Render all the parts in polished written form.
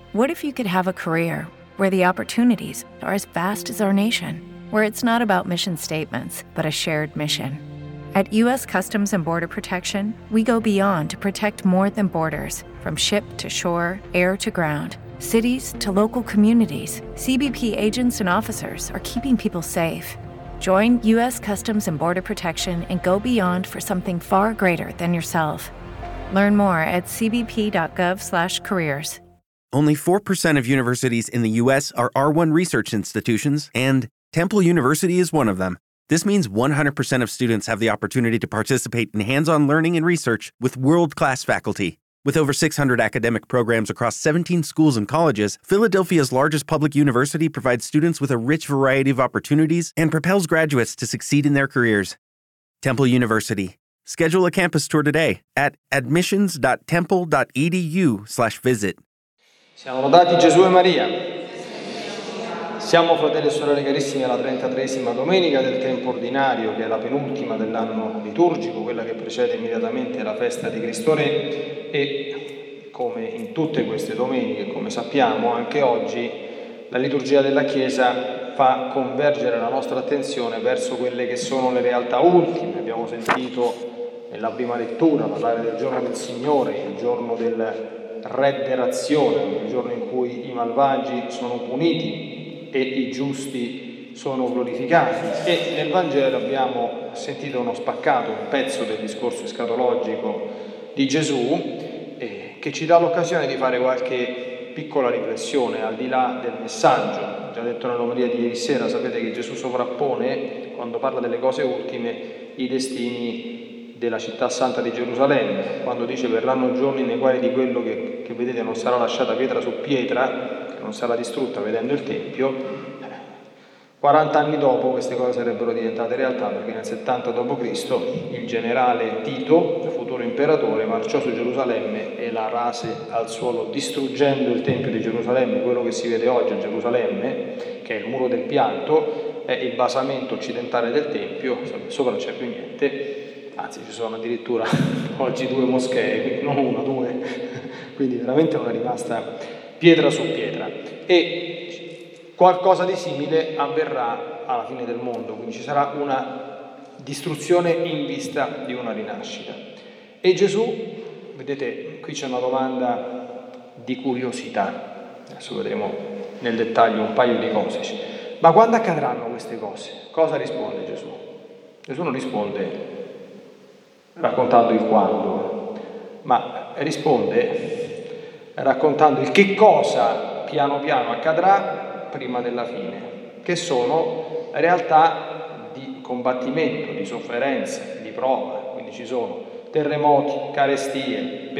What if you could have a career where the opportunities are as vast as our nation, where it's not about mission statements, but a shared mission? At U.S. Customs and Border Protection, we go beyond to protect more than borders. From ship to shore, air to ground, cities to local communities, CBP agents and officers are keeping people safe. Join U.S. Customs and Border Protection and go beyond for something far greater than yourself. Learn more at cbp.gov/careers. Only 4% of universities in the U.S. are R1 research institutions, and Temple University is one of them. This means 100% of students have the opportunity to participate in hands-on learning and research with world-class faculty. With over 600 academic programs across 17 schools and colleges, Philadelphia's largest public university provides students with a rich variety of opportunities and propels graduates to succeed in their careers. Temple University. Schedule a campus tour today at admissions.temple.edu/visit. Siamo lodati Gesù e Maria. Siamo, fratelli e sorelle carissimi, alla 33esima domenica del tempo ordinario, che è la penultima dell'anno liturgico, quella che precede immediatamente la festa di Cristo Re, e come in tutte queste domeniche, come sappiamo, anche oggi la liturgia della Chiesa fa convergere la nostra attenzione verso quelle che sono le realtà ultime. Abbiamo sentito nella prima lettura parlare del giorno del Signore, il giorno del redderazione, il giorno in cui i malvagi sono puniti e i giusti sono glorificati, e nel Vangelo abbiamo sentito uno spaccato, un pezzo del discorso escatologico di Gesù, che ci dà l'occasione di fare qualche piccola riflessione al di là del messaggio. Ho già detto nell'omelia di ieri sera, sapete che Gesù sovrappone, quando parla delle cose ultime, i destini della città santa di Gerusalemme, quando dice: verranno giorni nei quali di quello che vedete non sarà lasciata pietra su pietra, che non sarà distrutta vedendo il Tempio. 40 anni dopo queste cose sarebbero diventate realtà, perché nel 70 d.C. il generale Tito, il futuro imperatore, marciò su Gerusalemme e la rase al suolo, distruggendo il Tempio di Gerusalemme, quello che si vede oggi a Gerusalemme, che è il muro del pianto, è il basamento occidentale del Tempio, sopra non c'è più niente. Anzi, ci sono addirittura oggi 2 moschee, non una, 2, quindi veramente non è rimasta pietra su pietra. E qualcosa di simile avverrà alla fine del mondo, quindi ci sarà una distruzione in vista di una rinascita. E Gesù, vedete, qui c'è una domanda di curiosità, adesso vedremo nel dettaglio un paio di cose. Ma quando accadranno queste cose? Cosa risponde Gesù? Gesù non risponde raccontando il quando, ma risponde raccontando il che cosa piano piano accadrà prima della fine, che sono realtà di combattimento, di sofferenza, di prova. Quindi ci sono terremoti, carestie,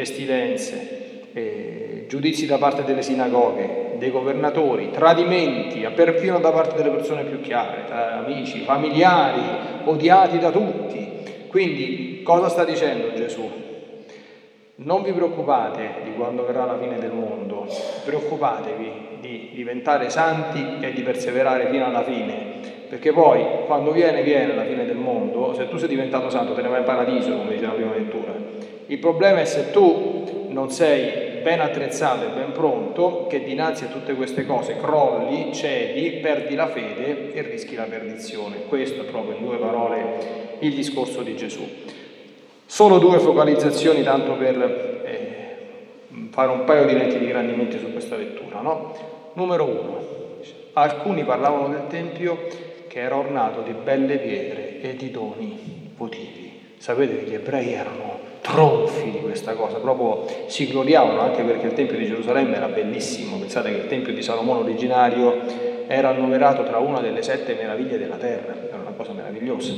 pestilenze, giudizi da parte delle sinagoghe, dei governatori, tradimenti, perfino da parte delle persone più chiare, amici, familiari, odiati da tutti. Quindi cosa sta dicendo Gesù? Non vi preoccupate di quando verrà la fine del mondo, preoccupatevi di diventare santi e di perseverare fino alla fine, perché poi quando viene la fine del mondo, se tu sei diventato santo te ne vai in paradiso, come dice la prima lettura. Il problema è se tu non sei ben attrezzato e ben pronto, che dinanzi a tutte queste cose crolli, cedi, perdi la fede e rischi la perdizione. Questo è proprio, in 2 parole, il discorso di Gesù. Solo 2 focalizzazioni, tanto per fare un paio di lenti di ingrandimento su questa lettura, no? Numero 1, alcuni parlavano del Tempio che era ornato di belle pietre e di doni votivi. Sapete che gli ebrei erano tronfi di questa cosa, proprio si gloriavano, anche perché il Tempio di Gerusalemme era bellissimo. Pensate che il Tempio di Salomone originario era annoverato tra una delle 7 meraviglie della terra, era una cosa meravigliosa.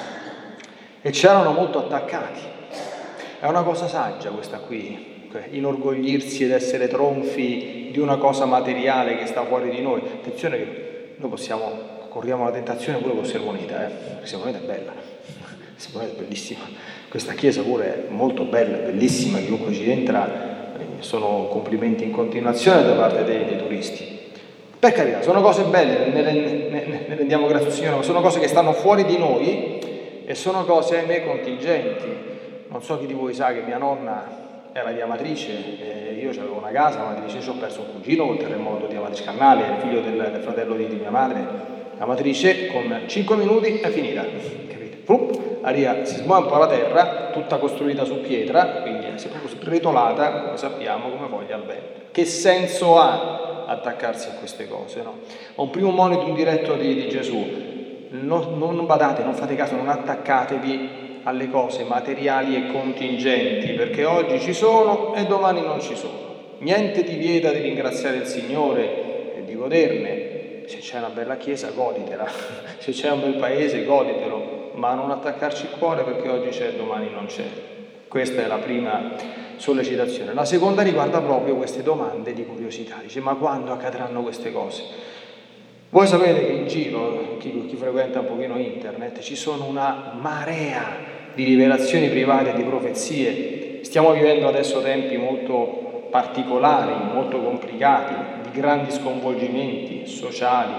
E c'erano molto attaccati. È una cosa saggia questa qui, inorgoglirsi ed essere tronfi di una cosa materiale che sta fuori di noi. Attenzione che noi corriamo alla tentazione pure con Sermoneta, perché Sermoneta è bella, Sermoneta è bellissima, questa chiesa pure è molto bella, bellissima, chiunque ci entra, sono complimenti in continuazione da parte dei turisti. Per carità, sono cose belle, ne rendiamo grazie al Signore, ma sono cose che stanno fuori di noi e sono cose, ahimè, contingenti. Non so chi di voi sa che mia nonna era di Amatrice, io avevo una casa, Amatrice, ho perso un cugino col terremoto di Amatrice Cannale, il figlio del fratello di mia madre. Amatrice con 5 minuti è finita, capite? Aria si smuove un po' la terra, tutta costruita su pietra, quindi si è proprio sbretolata, come sappiamo, come foglia al vento. Che senso ha attaccarsi a queste cose, no? Ho un primo monito indiretto di Gesù: non badate, non fate caso, non attaccatevi alle cose materiali e contingenti, perché oggi ci sono e domani non ci sono. Niente ti vieta di ringraziare il Signore e di goderne. Se c'è una bella chiesa, goditela. Se c'è un bel paese, goditelo, ma non attaccarci il cuore perché oggi c'è e domani non c'è. Questa è la prima sollecitazione. La seconda riguarda proprio queste domande di curiosità. Dice: ma quando accadranno queste cose? Voi sapete che in giro, chi frequenta un pochino internet, ci sono una marea di rivelazioni private, di profezie. Stiamo vivendo adesso tempi molto particolari, molto complicati, di grandi sconvolgimenti sociali,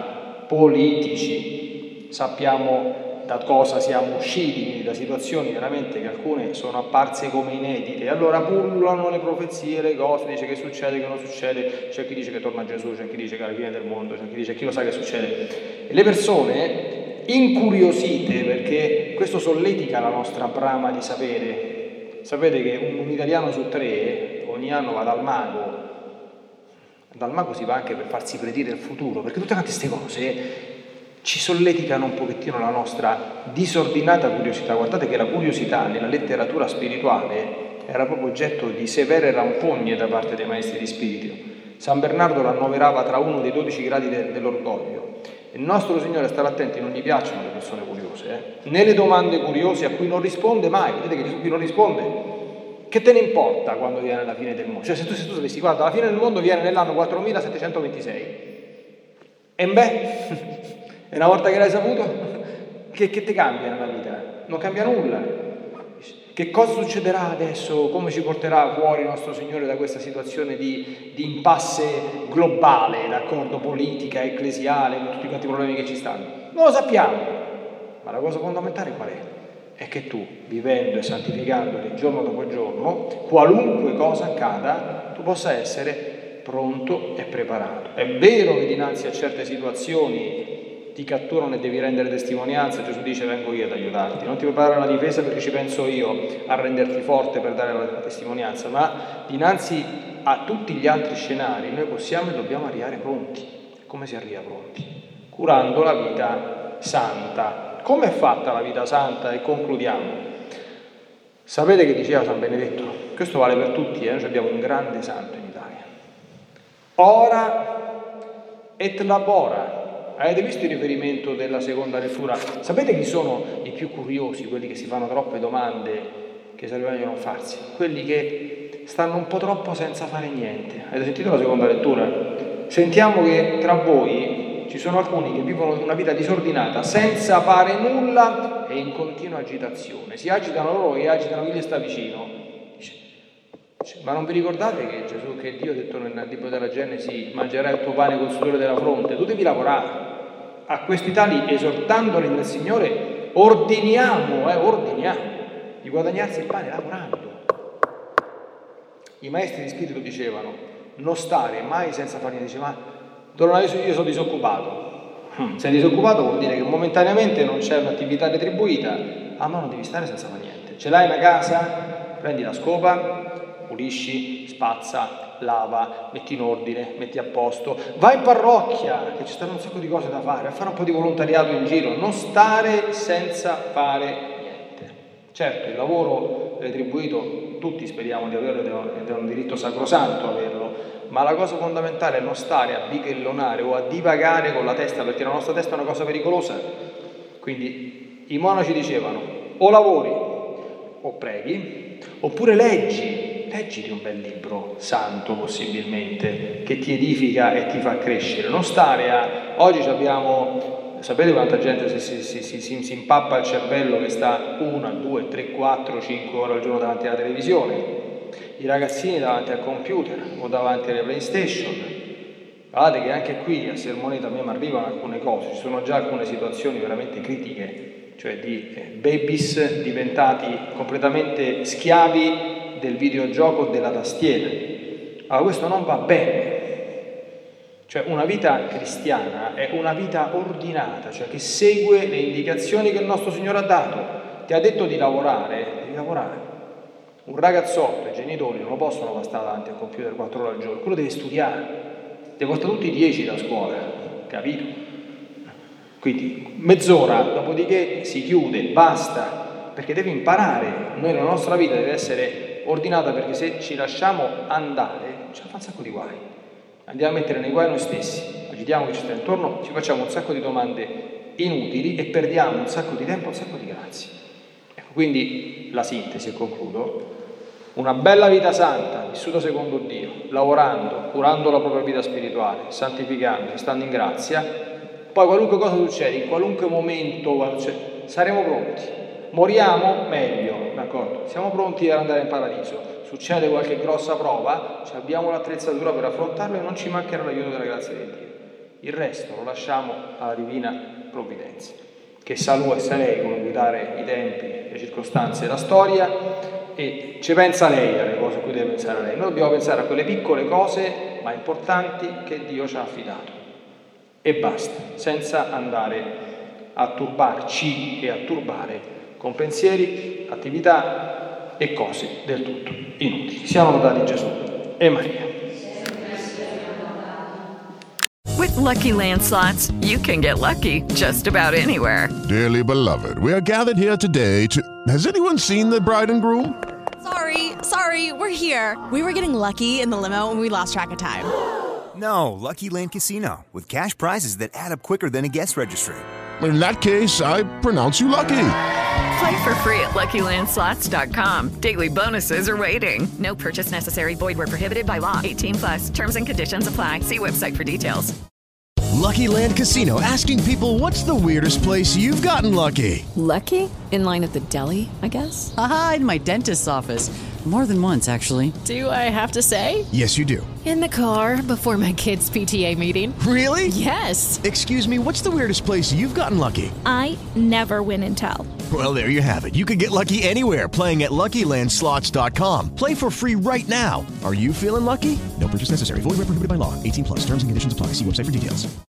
politici. Sappiamo da cosa siamo usciti, quindi da situazioni veramente che alcune sono apparse come inedite. E allora pullulano le profezie, le cose, dice che succede, che non succede, c'è chi dice che torna Gesù, c'è chi dice che è la fine del mondo, c'è chi dice chi lo sa che succede. E le persone incuriosite, perché questo solletica la nostra brama di sapere. Sapete che un italiano su 3 ogni anno va dal mago. Dal mago si va anche per farsi predire il futuro, perché tutte queste cose ci solleticano un pochettino la nostra disordinata curiosità. Guardate che la curiosità nella letteratura spirituale era proprio oggetto di severe rampogne da parte dei maestri di spirito. San Bernardo l'annoverava tra uno dei 12 gradi dell'orgoglio. Il nostro Signore, stare attenti, non gli piacciono le persone curiose, né le domande curiose a cui non risponde mai. Vedete che Gesù qui non risponde. Che te ne importa quando viene la fine del mondo? Cioè se tu sapessi, guarda, la fine del mondo viene nell'anno 4726. E beh... E una volta che l'hai saputo, che ti cambia nella vita? Non cambia nulla. Che cosa succederà adesso? Come ci porterà fuori il nostro Signore da questa situazione di impasse globale, d'accordo, politica, ecclesiale, con tutti quanti i problemi che ci stanno? Non lo sappiamo. Ma la cosa fondamentale qual è? È che tu, vivendo e santificandoti giorno dopo giorno, qualunque cosa accada, tu possa essere pronto e preparato. È vero che dinanzi a certe situazioni ti catturano e devi rendere testimonianza. Gesù dice: vengo io ad aiutarti, non ti preparare una difesa perché ci penso io a renderti forte per dare la testimonianza, ma dinanzi a tutti gli altri scenari noi possiamo e dobbiamo arrivare pronti. Come si arriva pronti? Curando la vita santa. Come è fatta la vita santa? E concludiamo. Sapete che diceva San Benedetto? Questo vale per tutti, noi abbiamo un grande santo in Italia. Ora et labora. Avete visto il riferimento della seconda lettura? Sapete chi sono i più curiosi, quelli che si fanno troppe domande che sarebbe meglio non farsi? Quelli che stanno un po' troppo senza fare niente. Avete sentito la seconda lettura? Sentiamo che tra voi ci sono alcuni che vivono una vita disordinata, senza fare nulla e in continua agitazione. Si agitano loro e agitano chi gli sta vicino. Ma non vi ricordate che Gesù, che Dio ha detto nel libro della Genesi: mangerai il tuo pane col sudore della fronte? Tu devi lavorare. A questi tali, esortandoli nel Signore, ordiniamo di guadagnarsi il pane lavorando. I maestri di spirito dicevano: non stare mai senza fare niente. Dice: ma io sono disoccupato. Sei disoccupato vuol dire che momentaneamente non c'è un'attività retribuita. Ma non devi stare senza fare niente. Ce l'hai una casa? Prendi la scopa, pulisci, spazza, lava, metti in ordine, metti a posto, vai in parrocchia, che ci stanno un sacco di cose da fare, a fare un po' di volontariato in giro, non stare senza fare niente. Certo, il lavoro retribuito tutti speriamo di averlo ed è un diritto sacrosanto averlo, ma la cosa fondamentale è non stare a bighellonare o a divagare con la testa, perché la nostra testa è una cosa pericolosa. Quindi i monaci dicevano: o lavori o preghi, oppure leggiti un bel libro santo, possibilmente, che ti edifica e ti fa crescere. Non stare a... Oggi abbiamo... Sapete quanta gente si impappa il cervello che sta 1, 2, 3, 4, 5 ore al giorno davanti alla televisione? I ragazzini davanti al computer o davanti alle PlayStation. Guardate che anche qui a Sermoneta a me mi arrivano alcune cose, ci sono già alcune situazioni veramente critiche, cioè di babies diventati completamente schiavi del videogioco della tastiera. Allora questo non va bene. Cioè una vita cristiana è una vita ordinata, cioè che segue le indicazioni che il nostro Signore ha dato. Ti ha detto di lavorare, devi lavorare. Un ragazzotto, i genitori non lo possono bastare davanti al computer 4 ore al giorno, quello deve studiare, deve portare tutti i 10 da scuola, capito? Quindi mezz'ora, dopodiché si chiude, basta, perché deve imparare. Noi la nostra vita deve essere ordinata, perché se ci lasciamo andare ci fa un sacco di guai. Andiamo a mettere nei guai noi stessi, agitiamo che ci sta intorno, ci facciamo un sacco di domande inutili e perdiamo un sacco di tempo, un sacco di grazie. Ecco, quindi la sintesi, e concludo: una bella vita santa, vissuta secondo Dio, lavorando, curando la propria vita spirituale, santificando, stando in grazia. Poi qualunque cosa succede, in qualunque momento saremo pronti. Moriamo meglio, d'accordo? Siamo pronti ad andare in paradiso. Succede qualche grossa prova, abbiamo l'attrezzatura per affrontarlo e non ci mancherà l'aiuto della grazia di Dio. Il resto lo lasciamo alla divina provvidenza, che sa lui e sa lei come guidare i tempi, le circostanze e la storia, e ci pensa lei alle cose a cui deve pensare lei. Noi dobbiamo pensare a quelle piccole cose ma importanti che Dio ci ha affidato e basta, senza andare a turbarci e a turbare con pensieri, attività e cose del tutto inutili. Siamo lodati Gesù e Maria. With Lucky Land Slots, you can get lucky just about anywhere. Dearly beloved, we are gathered here today to... Has anyone seen the bride and groom? Sorry, we're here. We were getting lucky in the limo and we lost track of time. No, Lucky Land Casino, with cash prizes that add up quicker than a guest registry. In that case, I pronounce you lucky. Play for free at LuckyLandSlots.com. Daily bonuses are waiting. No purchase necessary. Void where prohibited by law. 18+. Terms and conditions apply. See website for details. Lucky Land Casino, asking people, what's the weirdest place you've gotten lucky? Lucky? In line at the deli, I guess? Aha, in my dentist's office. More than once, actually. Do I have to say? Yes, you do. In the car before my kids' PTA meeting. Really? Yes. Excuse me, what's the weirdest place you've gotten lucky? I never win and tell. Well, there you have it. You can get lucky anywhere, playing at LuckyLandSlots.com. Play for free right now. Are you feeling lucky? No purchase necessary. Void where prohibited by law. 18+. Terms and conditions apply. See website for details.